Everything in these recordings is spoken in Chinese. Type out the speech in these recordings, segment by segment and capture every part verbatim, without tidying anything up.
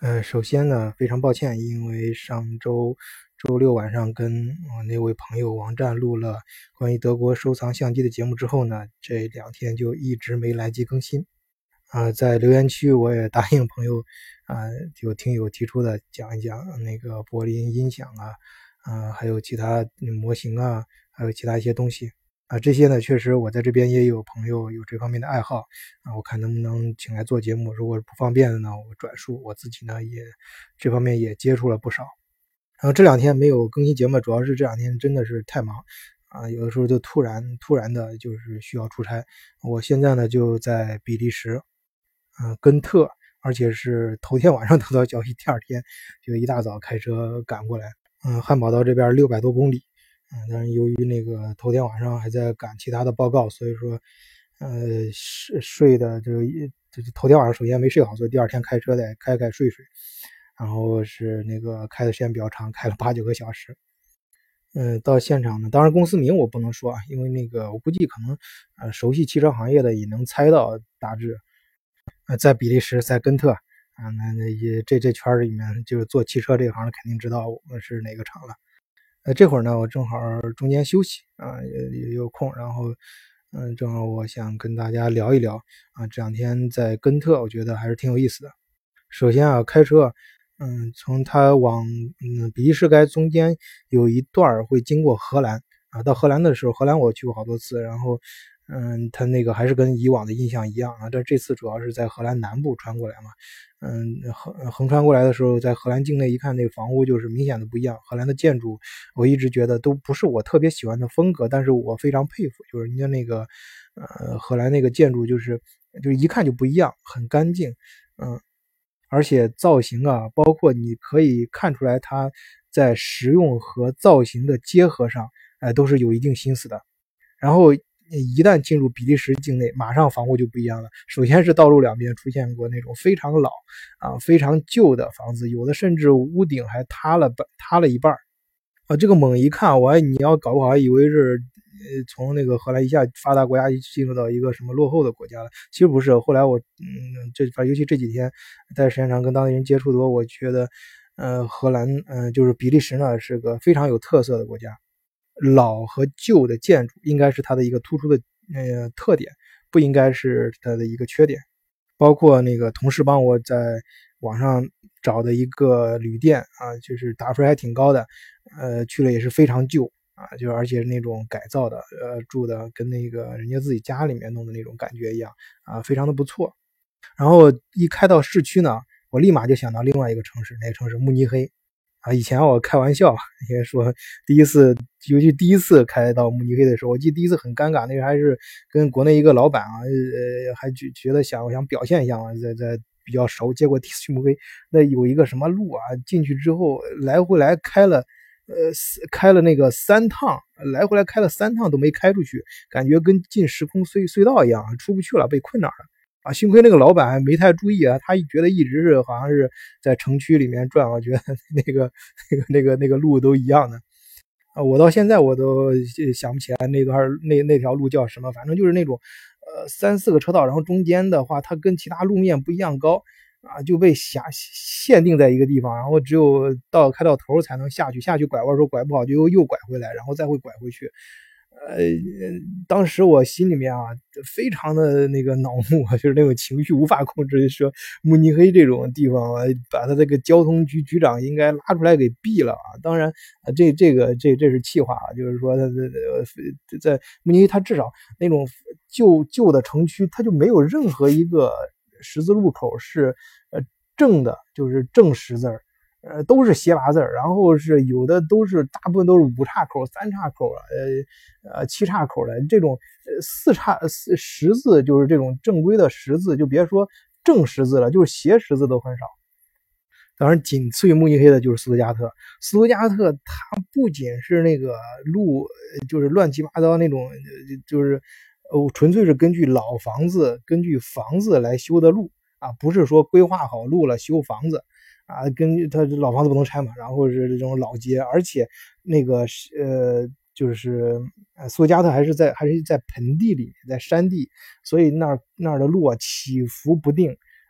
呃，首先呢，非常抱歉，因为上周周六晚上跟我那位朋友王战录了关于德国收藏相机的节目之后呢，这两天就一直没来及更新。啊、呃在留言区我也答应朋友，啊、呃，有听友提出的讲一讲那个柏林音响啊，啊、呃，还有其他模型啊，还有其他一些东西。啊，这些呢，确实我在这边也有朋友有这方面的爱好啊，我看能不能请来做节目。如果不方便的呢，我转述。我自己呢也这方面也接触了不少。然后这两天没有更新节目，主要是这两天真的是太忙啊，有的时候就突然突然的就是需要出差。我现在呢就在比利时，嗯、呃，根特，而且是头天晚上得到消息，第二天就一大早开车赶过来。嗯、呃，汉堡到这边六百多公里。嗯，但是由于那个头天晚上还在赶其他的报告，所以说，呃，睡睡的就就是头天晚上首先没睡好，所以第二天开车得开开睡睡，然后是那个开的时间比较长，开了八九个小时。嗯、呃，到现场呢，当然公司名我不能说啊，因为那个我估计可能呃熟悉汽车行业的也能猜到大致。呃，在比利时，在根特啊，那那也这这圈里面就是做汽车这行的肯定知道我们是哪个厂了。呃，这会儿呢，我正好中间休息啊，也也有空，然后，嗯，正好我想跟大家聊一聊啊，这两天在根特，我觉得还是挺有意思的。首先啊，开车，嗯，从它往嗯比利时该中间有一段会经过荷兰啊，到荷兰的时候，荷兰我去过好多次，然后，嗯，它那个还是跟以往的印象一样啊，但这次主要是在荷兰南部穿过来嘛。嗯，横横穿过来的时候，在荷兰境内一看，那个房屋就是明显的不一样。荷兰的建筑，我一直觉得都不是我特别喜欢的风格，但是我非常佩服，就是人家那个，呃，荷兰那个建筑就是就一看就不一样，很干净。嗯，而且造型啊，包括你可以看出来它在实用和造型的结合上，哎、呃，都是有一定心思的。然后一旦进入比利时境内，马上房屋就不一样了。首先是道路两边出现过那种非常老啊、非常旧的房子，有的甚至屋顶还塌了塌了一半啊。这个猛一看，我还你要搞不好还以为是呃从那个荷兰一下发达国家进入到一个什么落后的国家了。其实不是，后来我嗯这反正尤其这几天在时间长跟当地人接触多，我觉得呃荷兰嗯、呃、就是比利时呢是个非常有特色的国家。老和旧的建筑应该是它的一个突出的呃特点，不应该是它的一个缺点。包括那个同事帮我在网上找的一个旅店啊，就是打分还挺高的，呃，去了也是非常旧啊，就而且是那种改造的，呃，住的跟那个人家自己家里面弄的那种感觉一样啊，非常的不错。然后一开到市区呢，我立马就想到另外一个城市，那个城市慕尼黑。啊，以前我开玩笑，因为说第一次，尤其第一次开到慕尼黑的时候，我记得第一次很尴尬，那个还是跟国内一个老板啊，呃，还觉觉得想想表现一下嘛，在在比较熟，结果第一次去慕尼黑，那有一个什么路啊，进去之后来回来开了，呃，开了那个三趟，来回来开了三趟都没开出去，感觉跟进时空隧隧道一样，出不去了，被困那儿了。啊，幸亏那个老板还没太注意啊，他觉得一直是好像是在城区里面转，我觉得那个那个那个那个路都一样的啊，我到现在我都想不起来那段那那条路叫什么，反正就是那种呃三四个车道，然后中间的话它跟其他路面不一样高啊，就被辖限定在一个地方，然后只有到开到头才能下去，下去拐弯的时候拐不好就又又拐回来，然后再会拐回去。呃，当时我心里面啊，非常的那个恼怒啊，就是那种情绪无法控制，说慕尼黑这种地方啊，把他这个交通局局长应该拉出来给毙了啊！当然，这这个这这是气话啊，就是说他在在慕尼黑，他至少那种旧旧的城区，他就没有任何一个十字路口是呃正的，就是正十字儿。呃，都是斜八字儿，然后是有的都是大部分都是五岔口、三岔口呃呃七岔口的这种呃四岔四十字，就是这种正规的十字，就别说正十字了，就是斜十字都很少。当然，仅次于慕尼黑的就是斯图加特。斯图加特它不仅是那个路，就是乱七八糟那种，就是呃纯粹是根据老房子、根据房子来修的路啊，不是说规划好路了修房子。啊，根据它老房子不能拆嘛，然后是这种老街，而且那个呃，就是呃，苏加特还是在还是在盆地里，在山地，所以那儿那儿的路啊起伏不定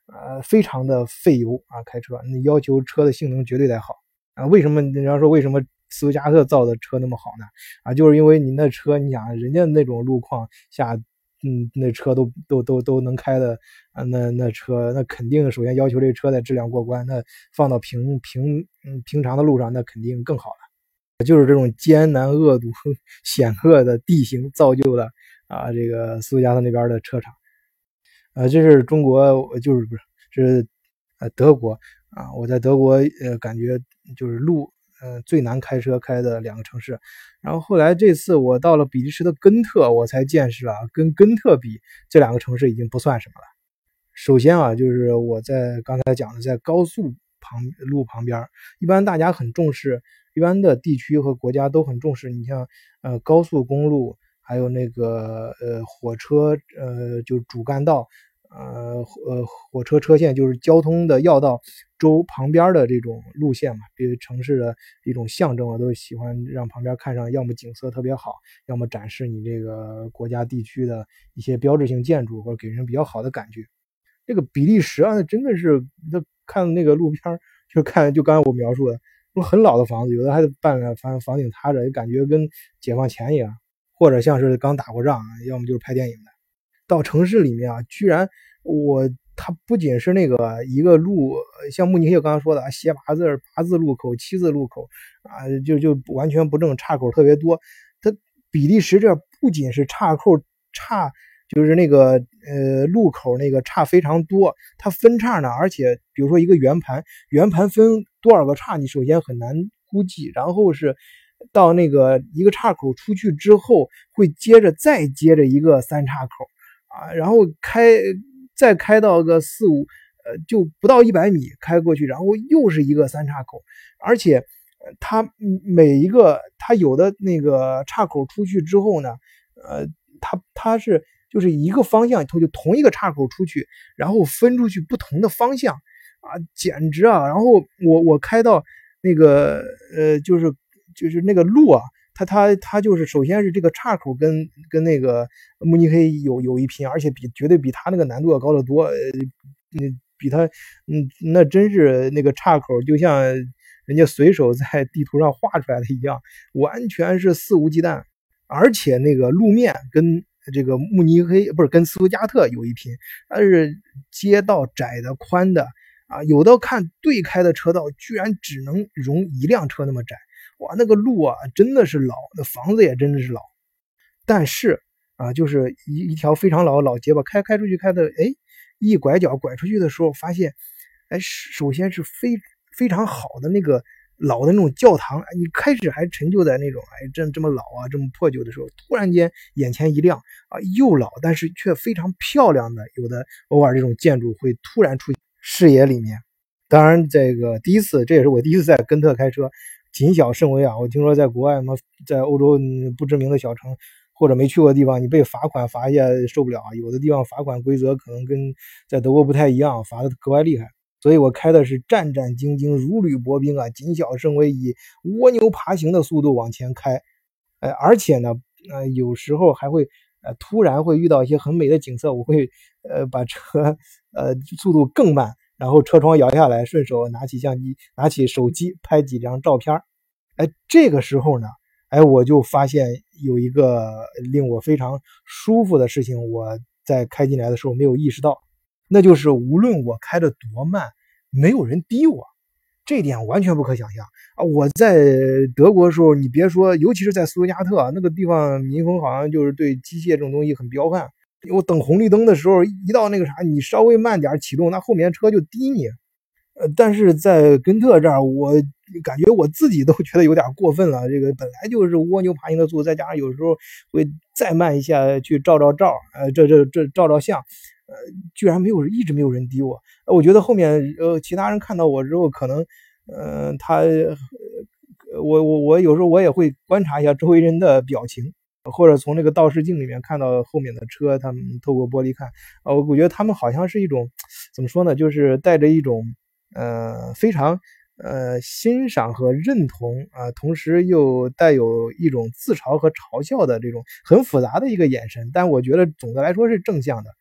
呃，非常的费油啊，开车你要求车的性能绝对得好啊。为什么人家说为什么斯图加特造的车那么好呢？啊，就是因为你那车，你想人家那种路况下，嗯，那车都都都都能开的啊，那那车那肯定首先要求这车的质量过关，那放到平平嗯平常的路上，那肯定更好了。就是这种艰难恶毒、险恶的地形造就了啊，这个斯图加特那边的车厂。呃，这是中国，就是不是是呃德国啊？我在德国呃感觉就是路呃最难开车开的两个城市。然后后来这次我到了比利时的根特，我才见识了跟根特比，这两个城市已经不算什么了。首先啊，就是我在刚才讲的，在高速旁路旁边，一般大家很重视，一般的地区和国家都很重视。你像呃高速公路，还有那个呃火车，呃就主干道。呃呃，火车车线就是交通的要道周旁边的这种路线嘛，比如城市的一种象征啊，都喜欢让旁边看上，要么景色特别好，要么展示你这个国家地区的一些标志性建筑，或者给人比较好的感觉。这个比利时啊，真的是，那看那个路边就看就刚才我描述的，很老的房子，有的还得半个房房顶塌着，也感觉跟解放前一样，或者像是刚打过仗，要么就是拍电影的。到城市里面啊，居然我它不仅是那个一个路，像慕尼黑刚刚说的啊，斜八字、八字路口、七字路口啊，就就完全不正，岔口特别多。它比利时这不仅是岔口岔，就是那个呃路口那个岔非常多，它分岔呢，而且比如说一个圆盘，圆盘分多少个岔，你首先很难估计，然后是。到那个一个岔口出去之后，会接着再接着一个三岔口啊，然后开再开到个四五，呃，就不到一百米开过去，然后又是一个三岔口，而且它每一个它有的那个岔口出去之后呢，呃，它它是就是一个方向，它就同一个岔口出去，然后分出去不同的方向啊，简直啊！然后我我开到那个呃，就是。就是那个路啊，它它它就是首先是这个岔口跟跟那个慕尼黑有有一拼，而且比绝对比它那个难度要高得多。呃，嗯，比它嗯那真是那个岔口就像人家随手在地图上画出来的一样，完全是肆无忌惮。而且那个路面跟这个慕尼黑不是跟斯图加特有一拼，它是街道窄的宽的啊，有的看对开的车道居然只能容一辆车那么窄。哇，那个路啊，真的是老，那房子也真的是老，但是啊，就是一一条非常老的老街吧，开开出去开的，哎，一拐角拐出去的时候，发现，哎，首先是非非常好的那个老的那种教堂，你开始还陈旧在那种，哎，这这么老啊，这么破旧的时候，突然间眼前一亮啊，又老但是却非常漂亮的，有的偶尔这种建筑会突然出现视野里面。当然，这个第一次，这也是我第一次在根特开车。谨小慎微啊！我听说在国外嘛，在欧洲不知名的小城或者没去过的地方，你被罚款罚一下受不了啊。有的地方罚款规则可能跟在德国不太一样，罚的格外厉害。所以我开的是战战兢兢、如履薄冰啊，谨小慎微，以蜗牛爬行的速度往前开。呃，而且呢，呃，有时候还会呃突然会遇到一些很美的景色，我会呃把车呃速度更慢。然后车窗摇下来，顺手拿起相机，拿起手机拍几张照片。哎，这个时候呢，哎，我就发现有一个令我非常舒服的事情，我在开进来的时候没有意识到，那就是无论我开的多慢，没有人逼我，这一点完全不可想象啊！我在德国的时候，你别说，尤其是在斯图加特那个地方，民风好像就是对机械这种东西很彪悍。我等红绿灯的时候，一到那个啥，你稍微慢点启动，那后面车就滴你。呃，但是在根特这儿，我感觉我自己都觉得有点过分了。这个本来就是蜗牛爬行的速度，再加上有时候会再慢一下去照照照，呃，这这这照照相，呃，居然没有一直没有人滴我。呃，我觉得后面呃其他人看到我之后，可能，呃，他，我我我有时候我也会观察一下周围人的表情。或者从那个倒视镜里面看到后面的车，他们透过玻璃看，呃，我觉得他们好像是一种怎么说呢，就是带着一种呃非常呃欣赏和认同啊、呃，同时又带有一种自嘲和嘲笑的这种很复杂的一个眼神。但我觉得总的来说是正向的。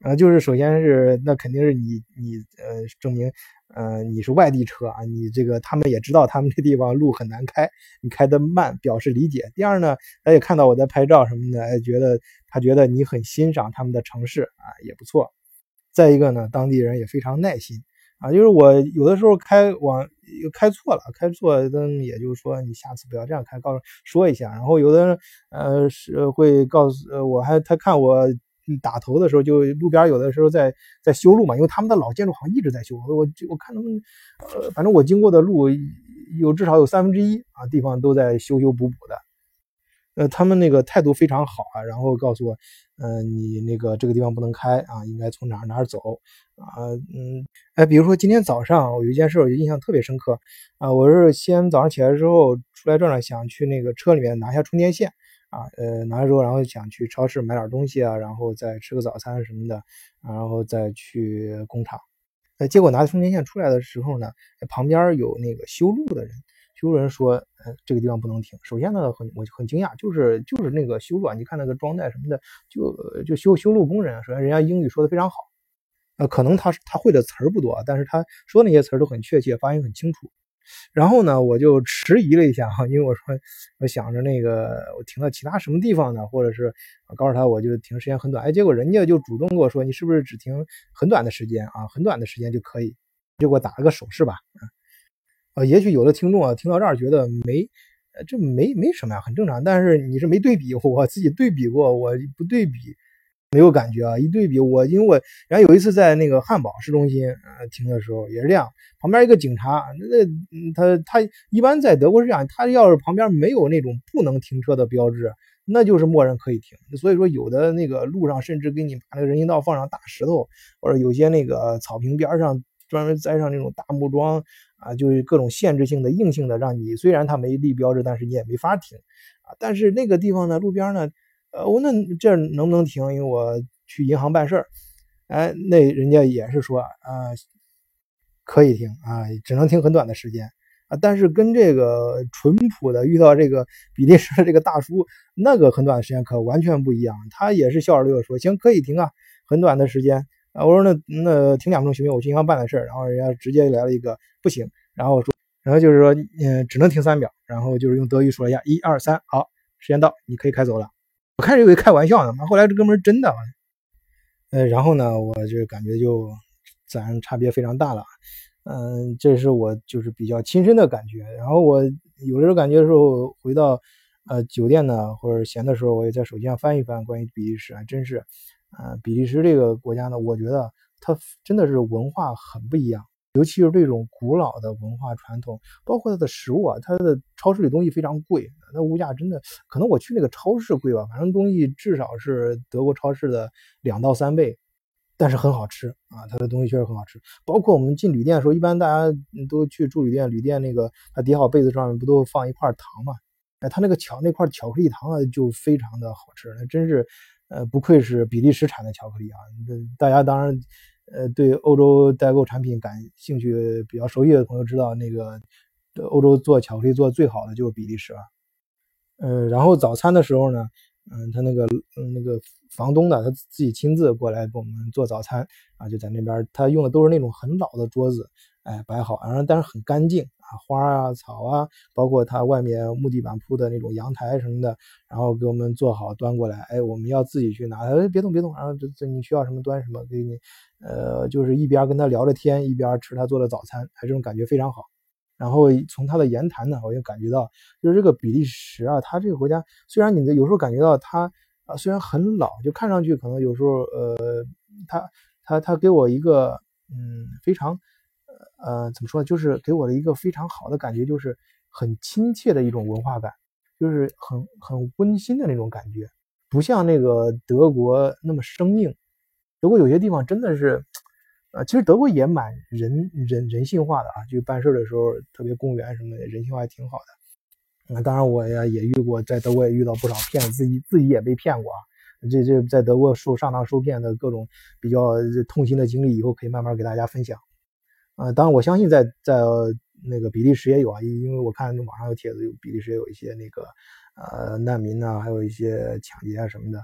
呃，就是首先是那肯定是你你呃证明呃你是外地车啊，你这个他们也知道他们这地方路很难开，你开得慢表示理解。第二呢，他也看到我在拍照什么的，哎，觉得他觉得你很欣赏他们的城市啊，也不错。再一个呢，当地人也非常耐心啊，就是我有的时候开往开错了，开错灯也就是说你下次不要这样开，告诉说一下。然后有的人呃是会告诉呃我还他看我打头的时候，就路边有的时候在在修路嘛，因为他们的老建筑好像一直在修。我我看他们呃反正我经过的路有至少有三分之一啊地方都在修修补补的。呃，他们那个态度非常好啊，然后告诉我，呃，你那个这个地方不能开啊，应该从哪儿哪儿走啊，嗯，哎，比如说今天早上我有一件事我印象特别深刻啊，我是先早上起来之后出来转转，想去那个车里面拿下充电线啊，呃，拿了之后然后想去超市买点东西啊，然后再吃个早餐什么的，然后再去工厂。呃，结果拿充电线出来的时候呢，旁边有那个修路的人。修路人说，呃，这个地方不能停。首先呢，很我就很惊讶，就是就是那个修路啊，你看那个装带什么的，就就修修路工人，首先人家英语说的非常好，呃，可能他他会的词儿不多，但是他说那些词儿都很确切，发音很清楚。然后呢，我就迟疑了一下哈，因为我说我想着那个我停到其他什么地方呢，或者是告诉他我就停时间很短，哎，结果人家就主动跟我说，你是不是只停很短的时间啊，很短的时间就可以，就给我打了个手势吧。呃，也许有的听众啊听到这儿觉得没，呃，这没没什么呀，很正常。但是你是没对比，我自己对比过，我不对比没有感觉啊。一对比，我因为我然后有一次在那个汉堡市中心呃停的时候也是这样，旁边一个警察，那他他一般在德国是这样，他要是旁边没有那种不能停车的标志，那就是默认可以停。所以说有的那个路上甚至给你把那个人行道放上大石头，或者有些那个草坪边上专门栽上那种大木桩。啊，就是各种限制性的、硬性的，让你虽然它没立标志，但是你也没法停啊。但是那个地方呢，路边呢，呃，我那这能不能停？因为我去银行办事儿，哎，那人家也是说啊，可以停啊，只能停很短的时间啊。但是跟这个淳朴的遇到这个比利时的这个大叔，那个很短的时间可完全不一样。他也是笑着对我说：“行，可以停啊，很短的时间。”啊，我说那那停两分钟行不行？我去银行办点事儿。然后人家直接来了一个不行，然后说，然后就是说，嗯，只能停三秒，然后就是用德语说一下，一二三，好，时间到，你可以开走了。我开始以为开玩笑呢，后来这哥们是真的，呃，然后呢，我就感觉就自然差别非常大了，嗯，这是我就是比较亲身的感觉。然后我有的时候感觉的时候回到呃酒店呢，或者闲的时候，我也在手机上翻一翻关于比利时，还真是。呃，比利时这个国家呢，我觉得它真的是文化很不一样，尤其是这种古老的文化传统，包括它的食物啊，它的超市里东西非常贵，那物价真的可能我去那个超市贵吧，反正东西至少是德国超市的两到三倍，但是很好吃啊，它的东西确实很好吃。包括我们进旅店的时候，一般大家都去住旅店，旅店那个它叠好被子上面不都放一块糖嘛？哎，它那个巧那块巧克力糖啊，就非常的好吃，那真是。呃，不愧是比利时产的巧克力啊！大家当然，呃，对欧洲代购产品感兴趣、比较熟悉的朋友知道，那个欧洲做巧克力做最好的就是比利时啊。呃，然后早餐的时候呢，嗯，他那个嗯那个房东呢，他自己亲自过来给我们做早餐啊，就在那边，他用的都是那种很老的桌子，哎，摆好，然后但是很干净啊，花啊草啊，包括他外面木地板铺的那种阳台什么的，然后给我们做好端过来，哎，我们要自己去拿，哎，别动别动，然后这这你需要什么端什么，给你，呃，就是一边跟他聊着天，一边吃他做的早餐，哎，这种感觉非常好。然后从他的言谈呢，我也感觉到，就是这个比利时啊，它这个国家虽然你的有时候感觉到它啊，虽然很老，就看上去可能有时候呃，它它它给我一个嗯非常呃怎么说呢，就是给我的一个非常好的感觉，就是很亲切的一种文化感，就是很很温馨的那种感觉，不像那个德国那么生硬。德国有些地方真的是。呃，其实德国也蛮人人人性化的啊，就办事的时候，特别公务员什么的，人性化还挺好的。那、嗯、当然，我也也遇过，在德国也遇到不少骗子，自己自己也被骗过啊。这这在德国受上当受骗的各种比较痛心的经历，以后可以慢慢给大家分享。啊、呃，当然我相信在在那个比利时也有啊，因为我看网上有帖子，有比利时也有一些那个呃难民呐、啊，还有一些抢劫啊什么的。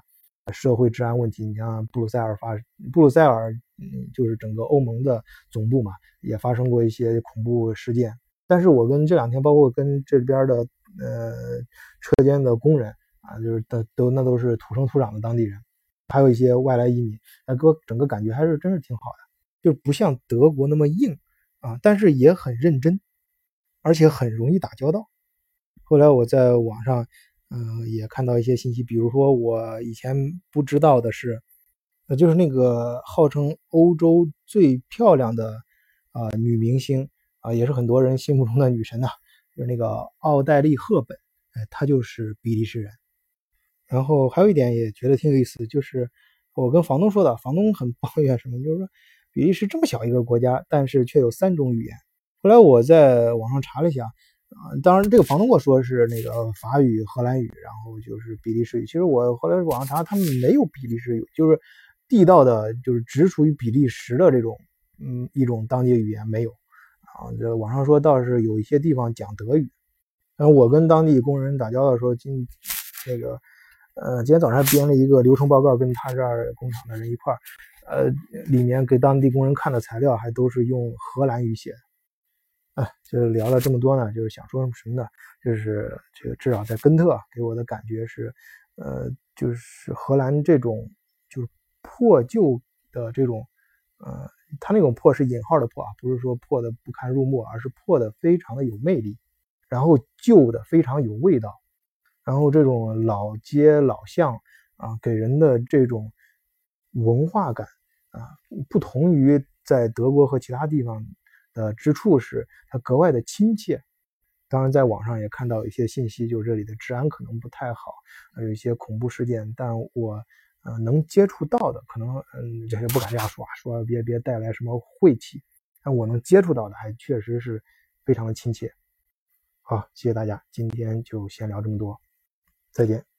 社会治安问题。你像布鲁塞尔发，布鲁塞尔嗯就是整个欧盟的总部嘛，也发生过一些恐怖事件。但是我跟这两天，包括跟这边的呃车间的工人啊，就是都都那都是土生土长的当地人，还有一些外来移民，那给我整个感觉还是真是挺好的，就不像德国那么硬啊，但是也很认真，而且很容易打交道。后来我在网上，嗯、呃，也看到一些信息，比如说我以前不知道的是，呃，就是那个号称欧洲最漂亮的啊、呃、女明星啊、呃，也是很多人心目中的女神呐、啊，就是那个奥黛丽·赫本，哎，她就是比利时人。然后还有一点也觉得挺有意思，就是我跟房东说的，房东很抱怨什么，就是说比利时这么小一个国家，但是却有三种语言。后来我在网上查了一下，啊、呃，当然这个房东跟我说是那个法语、荷兰语，然后就是比利时语。其实我后来网上查，他们没有比利时语，就是地道的，就是只属于比利时的这种，嗯，一种当地语言没有。啊，这网上说倒是有一些地方讲德语。然后我跟当地工人打交道的时候，今那个。呃，今天早上编了一个流程报告，跟他这儿工厂的人一块儿，呃，里面给当地工人看的材料还都是用荷兰语写的。哎，就是聊了这么多呢，就是想说什么呢？就是这个至少在根特给我的感觉是，呃，就是荷兰这种就是破旧的这种，呃，它那种破是引号的破啊，不是说破的不堪入目，而是破的非常的有魅力，然后旧的非常有味道。然后这种老街老巷啊，给人的这种文化感啊，不同于在德国和其他地方的之处是，它格外的亲切。当然，在网上也看到一些信息，就是这里的治安可能不太好，有一些恐怖事件。但我呃能接触到的，可能嗯，这些不敢这样说啊，说别别带来什么晦气。但我能接触到的，还确实是非常的亲切。好，谢谢大家，今天就先聊这么多。再见。